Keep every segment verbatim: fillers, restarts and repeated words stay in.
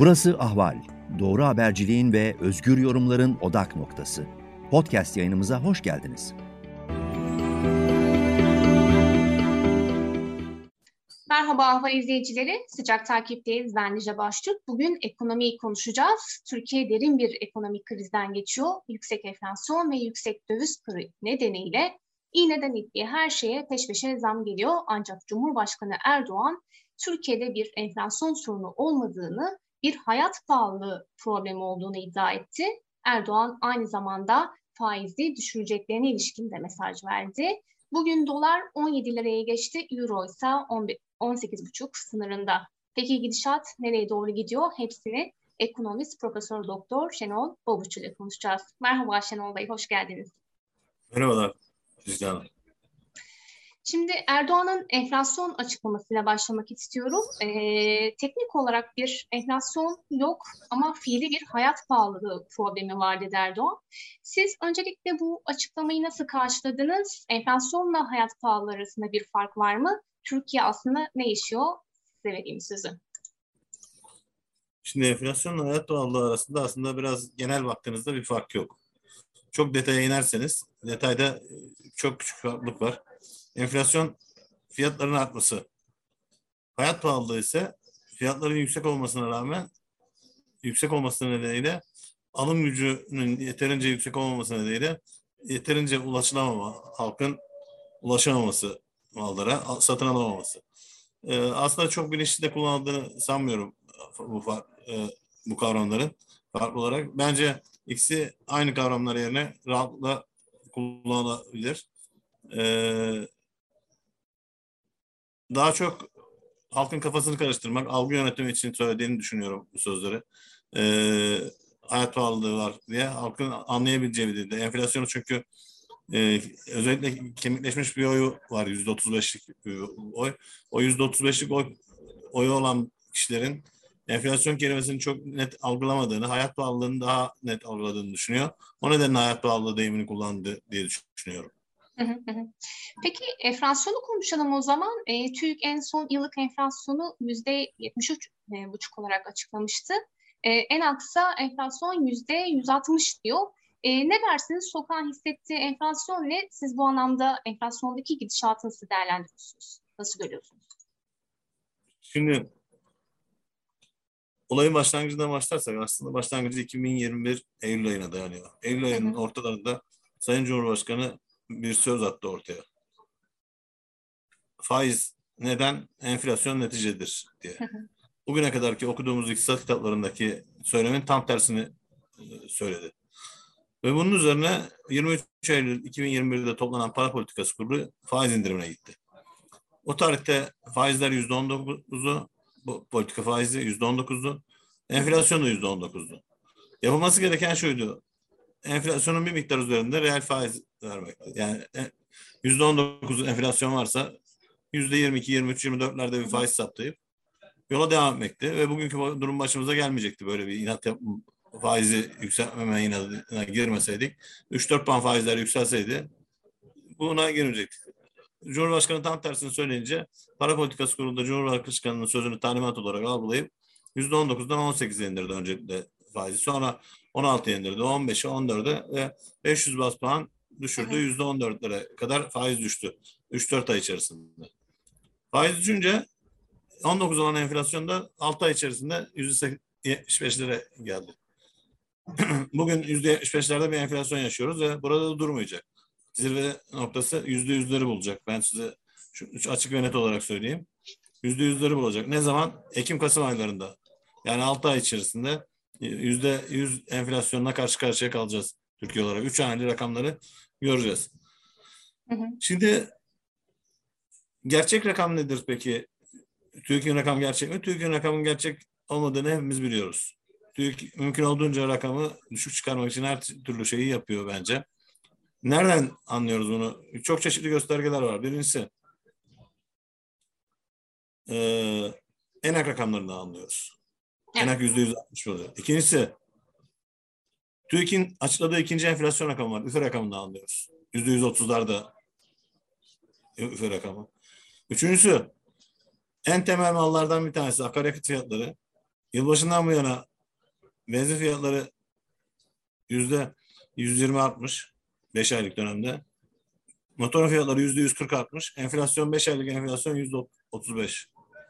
Burası Ahval, doğru haberciliğin ve özgür yorumların odak noktası. Podcast yayınımıza hoş geldiniz. Merhaba Ahval izleyicileri, sıcak takipteyiz. Ben Lice Baştürk. Bugün ekonomiyi konuşacağız. Türkiye derin bir ekonomik krizden geçiyor. Yüksek enflasyon ve yüksek döviz kuru nedeniyle iğneden ipliğe her şeye peş peşe zam geliyor. Ancak Cumhurbaşkanı Erdoğan, Türkiye'de bir enflasyon sorunu olmadığını, bir hayat pahalılığı problemi olduğunu iddia etti. Erdoğan aynı zamanda faizi düşüreceklerine ilişkin de mesaj verdi. Bugün dolar on yedi liraya geçti, euro ise on sekiz buçuk sınırında. Peki gidişat nereye doğru gidiyor? Hepsini ekonomist Profesör Doktor Şenol Babuç ile konuşacağız. Merhaba Şenol Bey, hoş geldiniz. Merhabalar Lice Hanım. Şimdi Erdoğan'ın enflasyon açıklamasıyla başlamak istiyorum. Ee, teknik olarak bir enflasyon yok ama fiili bir hayat pahalılığı problemi var dedi Erdoğan. Siz öncelikle bu açıklamayı nasıl karşıladınız? Enflasyonla hayat pahalılığı arasında bir fark var mı? Türkiye aslında ne yaşıyor? Size vereyim sözü. Şimdi enflasyonla hayat pahalılığı arasında aslında biraz genel baktığınızda bir fark yok. Çok detaya inerseniz detayda çok küçük farklılık var. Enflasyon fiyatların artması. Hayat pahalılığı ise fiyatların yüksek olmasına rağmen yüksek olması nedeniyle alım gücünün yeterince yüksek olmaması nedeniyle yeterince ulaşılamama, halkın ulaşamaması mallara, satın alamaması. Ee, aslında çok bilinçli de kullanıldığını sanmıyorum bu, e, bu kavramların farklı olarak. Bence ikisi aynı kavramlar yerine rahatlıkla kullanılabilir. Ee, Daha çok halkın kafasını karıştırmak, algı yönetimi için söylediğini düşünüyorum bu sözleri. Ee, hayat pahalılığı var diye halkın anlayabileceği bir dilde. Enflasyonu çünkü e, özellikle kemikleşmiş bir oyu var, yüzde otuz beşlik bir oy. O yüzde otuz beşlik oy, oyu olan kişilerin enflasyon kelimesini çok net algılamadığını, hayat pahalılığını daha net algıladığını düşünüyor. O nedenle hayat pahalılığı deyimini kullandı diye düşünüyorum. Peki enflasyonu konuşalım o zaman. E, TÜİK en son yıllık enflasyonu yüzde yetmiş üç buçuk olarak açıklamıştı. E, en aksa enflasyon yüzde yüz altmış diyor. E, ne dersiniz? Sokağın hissettiği enflasyon ne? Siz bu anlamda enflasyondaki gidişatı nasıl değerlendiriyorsunuz? Nasıl görüyorsunuz? Şimdi olayın başlangıcından başlarsak aslında başlangıcı iki bin yirmi bir Eylül ayına dayanıyor. Eylül ayının ortalarında Sayın Cumhurbaşkanı bir söz attı ortaya. Faiz neden? Enflasyon neticedir diye. Bugüne kadarki okuduğumuz iktisat kitaplarındaki söylemin tam tersini söyledi. Ve bunun üzerine yirmi üç Eylül iki bin yirmi birde toplanan Para Politikası Kurulu faiz indirimine gitti. O tarihte faizler yüzde on dokuzdu, bu politika faizi yüzde on dokuzdu, enflasyon da yüzde on dokuzdu. Yapılması gereken şuydu, enflasyonun bir miktar üzerinde reel faiz vermek. Yani yüzde on dokuz enflasyon varsa yüzde yirmi iki, yirmi üç, yirmi dörtlerde bir faiz saptayıp yola devam etmekti ve bugünkü durum başımıza gelmeyecekti böyle bir inat yap, faizi yükseltmeme inadına girmeseydik. üç dört puan faizler yükselseydi buna girmeyecektik. Cumhurbaşkanı tam tersini söyleyince Para Politikası Kurulu'nda Cumhurbaşkanı'nın sözünü talimat olarak algılayıp yüzde on dokuzdan on sekize indirdi öncelikle faizi. Sonra on altıya indirdi, on beşe, on dörde ve beş yüz baz puan düşürdü. yüzde on dörtlere kadar faiz düştü. üç dört ay içerisinde. Faiz düşünce on dokuz olan enflasyonda altı ay içerisinde yüzde yetmiş beşlere geldi. Bugün yüzde yetmiş beşlerde bir enflasyon yaşıyoruz ve burada da durmayacak. Zirve noktası yüzde yüzleri bulacak. Ben size şu açık ve net olarak söyleyeyim. Yüzde yüzleri bulacak. Ne zaman? Ekim-Kasım aylarında. Yani altı ay içerisinde yüzde yüz enflasyonla karşı karşıya kalacağız Türkiye olarak. Üç haneli rakamları göreceğiz. Hı hı. Şimdi gerçek rakam nedir peki? TÜİK'in rakamı gerçek mi? TÜİK'in rakamının gerçek olmadığını hepimiz biliyoruz. TÜİK mümkün olduğunca rakamı düşük çıkarmak için her türlü şeyi yapıyor bence. Nereden anlıyoruz bunu? Çok çeşitli göstergeler var. Birincisi e, enak rakamlarından anlıyoruz. Evet. Enak yüzde yüz altmış oluyor. İkincisi TÜİK'in açıkladığı ikinci enflasyon rakamı var. Üfe rakamından anlıyoruz. Yüzde yüz otuzlarda üfe rakamı. Üçüncüsü en temel mallardan bir tanesi akaryakıt fiyatları. Yılbaşından bu yana benzin fiyatları yüzde yüz yirmi artmış beş aylık dönemde. Motorun fiyatları yüzde yüz kırk artmış. Enflasyon beş aylık enflasyon yüzde otuz beş.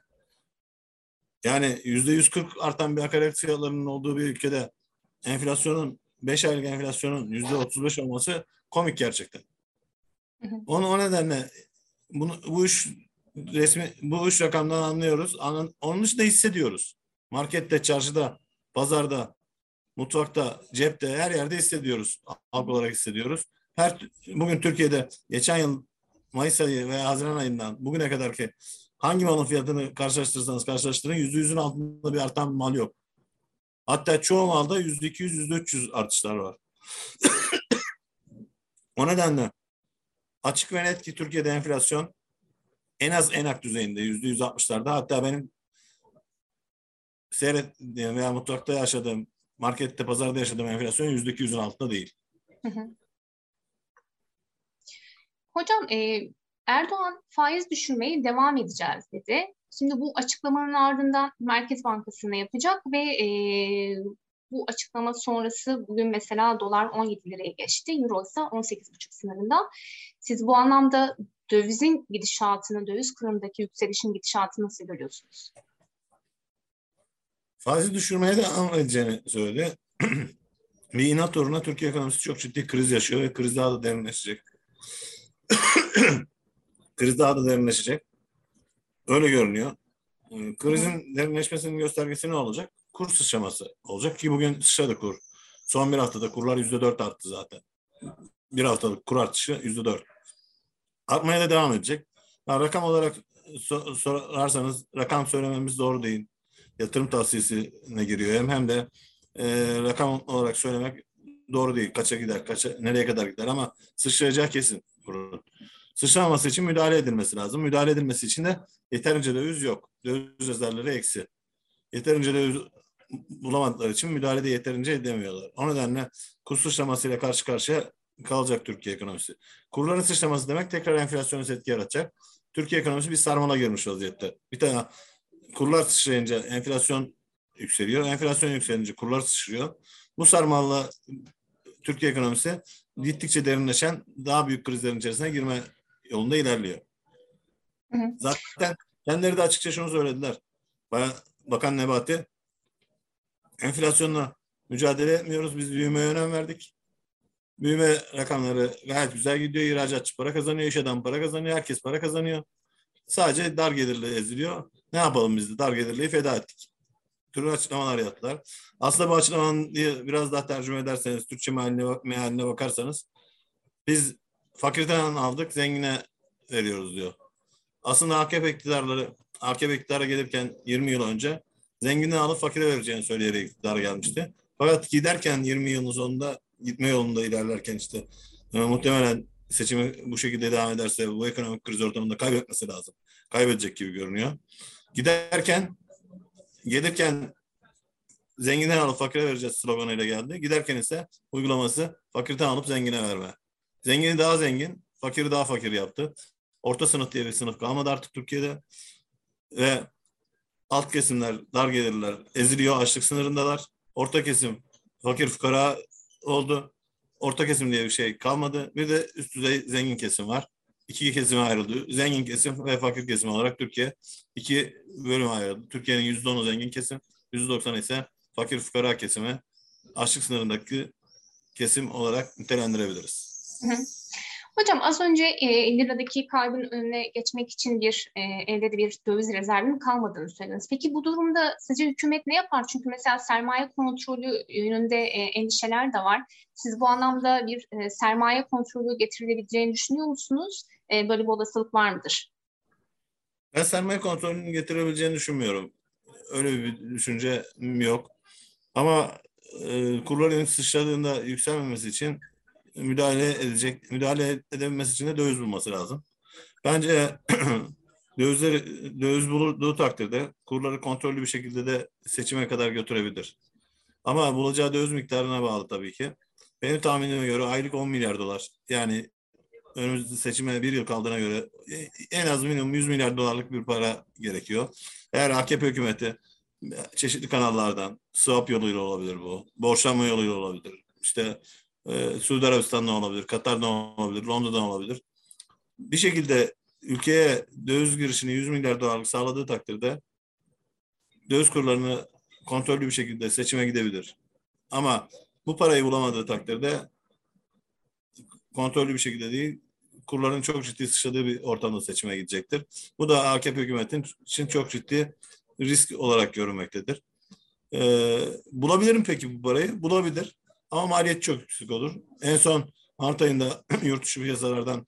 Yani yüzde yüz kırk artan bir akaryakıt fiyatlarının olduğu bir ülkede enflasyonun beş aylık enflasyonun yüzde otuz beş olması komik gerçekten. Onu o nedenle bunu bu üç resmi bu üç rakamdan anlıyoruz. Onun dışında hissediyoruz. Markette, çarşıda, pazarda, mutfakta, cepte, her yerde hissediyoruz. Halk olarak hissediyoruz. Her bugün Türkiye'de geçen yıl Mayıs ayı veya Haziran ayından bugüne kadar ki hangi malın fiyatını karşılaştırırsanız karşılaştırın yüzde yüzün altında bir artan mal yok. Hatta çoğu malda yüzde iki yüz, yüzde üç yüz artışlar var. O nedenle açık ve net ki Türkiye'de enflasyon en az enak düzeyinde yüzde yüz altmışlarda. Hatta benim seyrettiğim veya mutfakta yaşadığım, markette, pazarda yaşadığım enflasyon yüzde iki yüzün altında değil. Hı hı. Hocam e, Erdoğan faiz düşürmeye devam edeceğiz dedi. Şimdi bu açıklamanın ardından Merkez Bankası'na yapacak ve e, bu açıklama sonrası bugün mesela dolar on yedi liraya geçti. Euro ise on sekiz buçuk sınırında. Siz bu anlamda dövizin gidişatını, döviz kurundaki yükselişin gidişatını nasıl görüyorsunuz? Faizi düşürmeye devam edeceğini söyledi. Bir inat uğruna Türkiye ekonomisi çok ciddi kriz yaşıyor ve kriz daha da derinleşecek. Kriz daha da derinleşecek. Öyle görünüyor. Krizin derinleşmesinin göstergesi ne olacak? Kur sıçraması olacak ki bugün sıçradı kur. Son bir haftada kurlar yüzde dört arttı zaten. Bir haftalık kur artışı yüzde dört. Artmaya da devam edecek. Yani rakam olarak sor- sorarsanız rakam söylememiz doğru değil. Yatırım tavsiyesine giriyor hem hem de e, rakam olarak söylemek doğru değil. Kaça gider, kaça, nereye kadar gider ama sıçrayacağı kesin kurun. Sıçramaması için müdahale edilmesi lazım. Müdahale edilmesi için de yeterince döviz yok. Döviz rezervleri eksi. Yeterince döviz bulamadıkları için müdahale de yeterince edemiyorlar. O nedenle kur sıçramasıyla karşı karşıya kalacak Türkiye ekonomisi. Kurların sıçraması demek tekrar enflasyonist etki yaratacak. Türkiye ekonomisi bir sarmala girmiş vaziyette. Bir tane kurlar sıçrayınca enflasyon yükseliyor. Enflasyon yükselince kurlar sıçrıyor. Bu sarmalla Türkiye ekonomisi gittikçe derinleşen daha büyük krizlerin içerisine girme yolunda ilerliyor. Hı hı. Zaten kendileri de açıkça şunu söylediler. Bakan Nebati, enflasyonla mücadele etmiyoruz. Biz büyümeye önem verdik. Büyüme rakamları gayet güzel gidiyor. İhracatçı para kazanıyor, iş adamı para kazanıyor, herkes para kazanıyor. Sadece dar gelirli eziliyor. Ne yapalım biz de dar gelirliyi feda ettik. Türlü açıklamalar yaptılar. Aslında bu açıklamanın biraz daha tercüme ederseniz, Türkçe mealine, mealine bakarsanız biz fakirden aldık, zengine veriyoruz diyor. Aslında A K P iktidarları, A K P iktidara gelirken yirmi yıl önce zenginden alıp fakire vereceğini söyleyerek iktidara gelmişti. Fakat giderken yirmi yılın sonunda gitme yolunda ilerlerken işte e, muhtemelen seçimi bu şekilde devam ederse bu ekonomik kriz ortamında kaybetmesi lazım. Kaybedecek gibi görünüyor. Giderken gelirken zenginden alıp fakire vereceğiz sloganıyla geldi. Giderken ise uygulaması fakirden alıp zengine verme. Zengini daha zengin, fakiri daha fakir yaptı. Orta sınıf diye bir sınıf kalmadı artık Türkiye'de. Ve alt kesimler, dar gelirler eziliyor, açlık sınırındalar. Orta kesim fakir fukara oldu. Orta kesim diye bir şey kalmadı. Bir de üst düzey zengin kesim var. İki kesime ayrıldı. Zengin kesim ve fakir kesim olarak Türkiye iki bölüme ayrıldı. Türkiye'nin yüzde onu zengin kesim, yüzde doksanı ise fakir fukara kesimi, açlık sınırındaki kesim olarak nitelendirebiliriz. Hı hı. Hocam az önce e, liradaki kaybın önüne geçmek için bir e, elde de bir döviz rezervinin kalmadığını söylediniz. Peki bu durumda sizce hükümet ne yapar? Çünkü mesela sermaye kontrolü yönünde e, endişeler de var. Siz bu anlamda bir e, sermaye kontrolü getirilebileceğini düşünüyor musunuz? E, böyle bir olasılık var mıdır? Ben sermaye kontrolünü getirebileceğini düşünmüyorum. Öyle bir düşüncem yok. Ama e, kurların sıçradığında yükselmemesi için müdahale edecek, müdahale edebilmesi için de döviz bulması lazım. Bence dövizleri, döviz bulduğu takdirde kurları kontrollü bir şekilde de seçime kadar götürebilir. Ama bulacağı döviz miktarına bağlı tabii ki. Benim tahminime göre aylık on milyar dolar. Yani önümüzde seçime bir yıl kaldığına göre en az minimum yüz milyar dolarlık bir para gerekiyor. Eğer A K P hükümeti çeşitli kanallardan, swap yoluyla olabilir bu, borçlanma yoluyla olabilir, işte e, Suudi Arabistan'dan olabilir, Katar'dan olabilir, Londra'dan olabilir. Bir şekilde ülkeye döviz girişini yüz milyar dolarlık sağladığı takdirde döviz kurlarını kontrollü bir şekilde seçime gidebilir. Ama bu parayı bulamadığı takdirde kontrollü bir şekilde değil, kurların çok ciddi sıçradığı bir ortamda seçime gidecektir. Bu da A K P hükümetinin için çok ciddi risk olarak görünmektedir. Ee, bulabilir mi peki bu parayı? Bulabilir. Ama maliyet çok yüksek olur. En son Mart ayında yurt dışı piyasalardan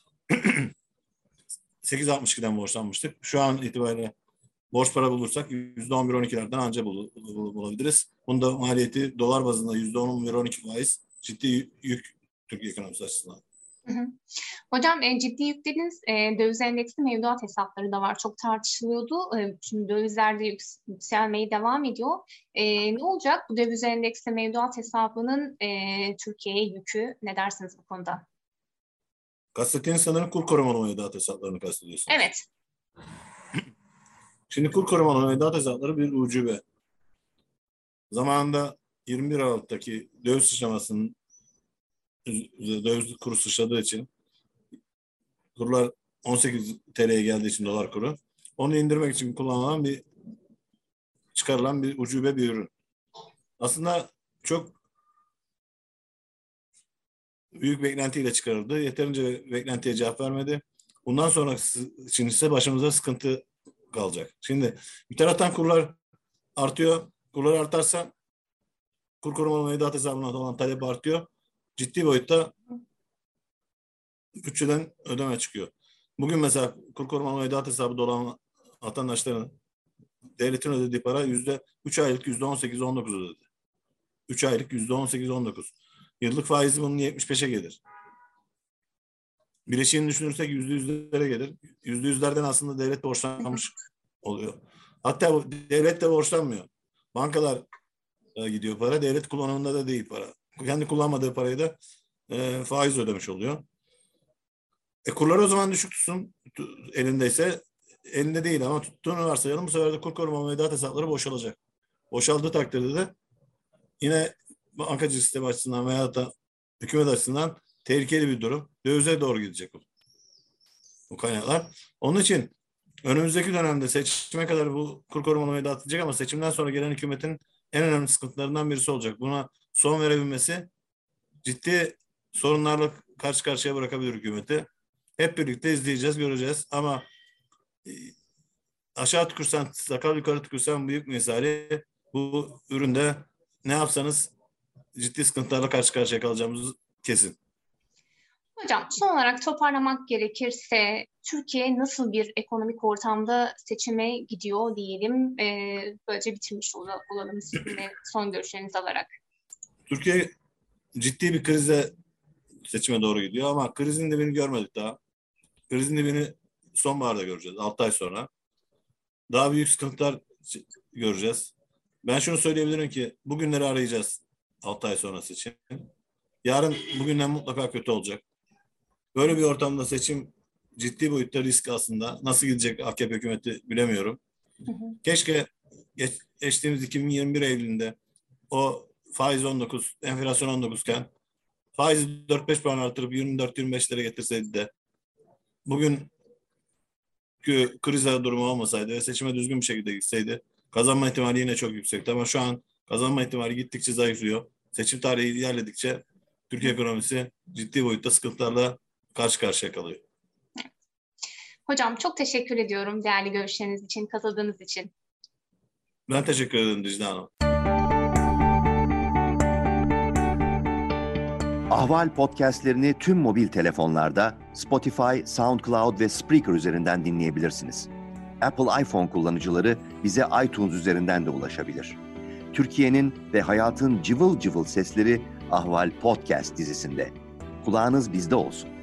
sekiz virgül altmış ikiden borçlanmıştık. Şu an itibariyle borç para bulursak yüzde on bir on ikilerden anca bul, bul, bulabiliriz. Bunda maliyeti dolar bazında yüzde on on bir on iki faiz ciddi yük Türkiye ekonomisi açısından. Hı hı. Hocam e, ciddi yük dediniz, e, döviz endeksli mevduat hesapları da var. Çok tartışılıyordu. E, şimdi dövizlerde yüks- yükselmeye devam ediyor. E, ne olacak bu döviz endeksli mevduat hesabının e, Türkiye'ye yükü? Ne dersiniz bu konuda? Kastettiğiniz sanırım kur korumalı mevduat hesaplarını kastediyorsunuz. Evet. Şimdi kur korumalı mevduat hesapları bir ucube. Zamanında yirmi bir Aralık'taki döviz sıçramasının döviz kuru sıçradığı için kurlar on sekiz T L'ye geldiği için dolar kuru onu indirmek için kullanılan bir çıkarılan bir ucube bir ürün. Aslında çok büyük beklentiyle çıkarıldı. Yeterince beklentiye cevap vermedi. Bundan sonrası için ise başımıza sıkıntı kalacak. Şimdi bir taraftan kurlar artıyor. Kurlar artarsa kur korumalı mevduat hesabına olan talep artıyor. Ciddi boyutta bütçeden ödeme çıkıyor. Bugün mesela kur korumalı mevduat hesabı dolan vatandaşların devletin ödediği para yüzde üç aylık yüzde on sekiz on dokuz ödedi. üç aylık yüzde on sekiz on dokuz. Yıllık faizi bunun yetmiş beşe gelir. Bileşiğini düşünürsek yüzde yüzlere gelir. Yüzde yüzlerden aslında devlet borçlanmış oluyor. Hatta bu, devlet de borçlanmıyor. Bankalar gidiyor para. Devlet kullanımında da değil para. Kendi kullanmadığı parayı da e, faiz ödemiş oluyor. E kurları o zaman düşük tutsun. Elindeyse elinde değil ama tuttuğunu varsayalım. Bu sefer de kur korumalı mevduat hesapları boşalacak. Boşaldığı takdirde de yine bankacı sistemi açısından veya da hükümet açısından tehlikeli bir durum. Dövize doğru gidecek bu, bu kaynaklar. Onun için önümüzdeki dönemde seçime kadar bu kur korumalı mevduat atılacak ama seçimden sonra gelen hükümetin en önemli sıkıntılarından birisi olacak. Buna son verebilmesi ciddi sorunlarla karşı karşıya bırakabilir hükümeti. Hep birlikte izleyeceğiz, göreceğiz ama e, aşağı tükürsen sakal, yukarı tükürsen büyük misali bu üründe ne yapsanız ciddi sıkıntılarla karşı karşıya kalacağımız kesin. Hocam son olarak toparlamak gerekirse Türkiye nasıl bir ekonomik ortamda seçime gidiyor diyelim. Ee, böylece bitirmiş olalım sizinle son görüşlerinizi alarak. Türkiye ciddi bir krize seçime doğru gidiyor ama krizin dibini görmedik daha. Krizin dibini sonbaharda göreceğiz. altı ay sonra. Daha büyük sıkıntılar göreceğiz. Ben şunu söyleyebilirim ki bugünleri arayacağız altı ay sonrası için. Yarın bugünden mutlaka kötü olacak. Böyle bir ortamda seçim ciddi boyutta risk aslında. Nasıl gidecek A K P hükümeti bilemiyorum. Hı hı. Keşke geç, geçtiğimiz iki bin yirmi bir Eylül'ünde o faiz on dokuz, enflasyon on dokuz iken faizi dört beş puan artırıp yirmi dört yirmi beşlere getirseydi de bugün kriz durumu olmasaydı ve seçime düzgün bir şekilde gitseydi kazanma ihtimali yine çok yüksekti ama şu an kazanma ihtimali gittikçe zayıflıyor. Seçim tarihi ilerledikçe Türkiye ekonomisi ciddi boyutta sıkıntılarla karşı karşıya kalıyor. Hocam çok teşekkür ediyorum değerli görüşleriniz için, katıldığınız için. Ben teşekkür ederim Dicle Hanım. Ahval podcastlerini tüm mobil telefonlarda Spotify, SoundCloud ve Spreaker üzerinden dinleyebilirsiniz. Apple iPhone kullanıcıları bize iTunes üzerinden de ulaşabilir. Türkiye'nin ve hayatın cıvıl cıvıl sesleri Ahval Podcast dizisinde. Kulağınız bizde olsun.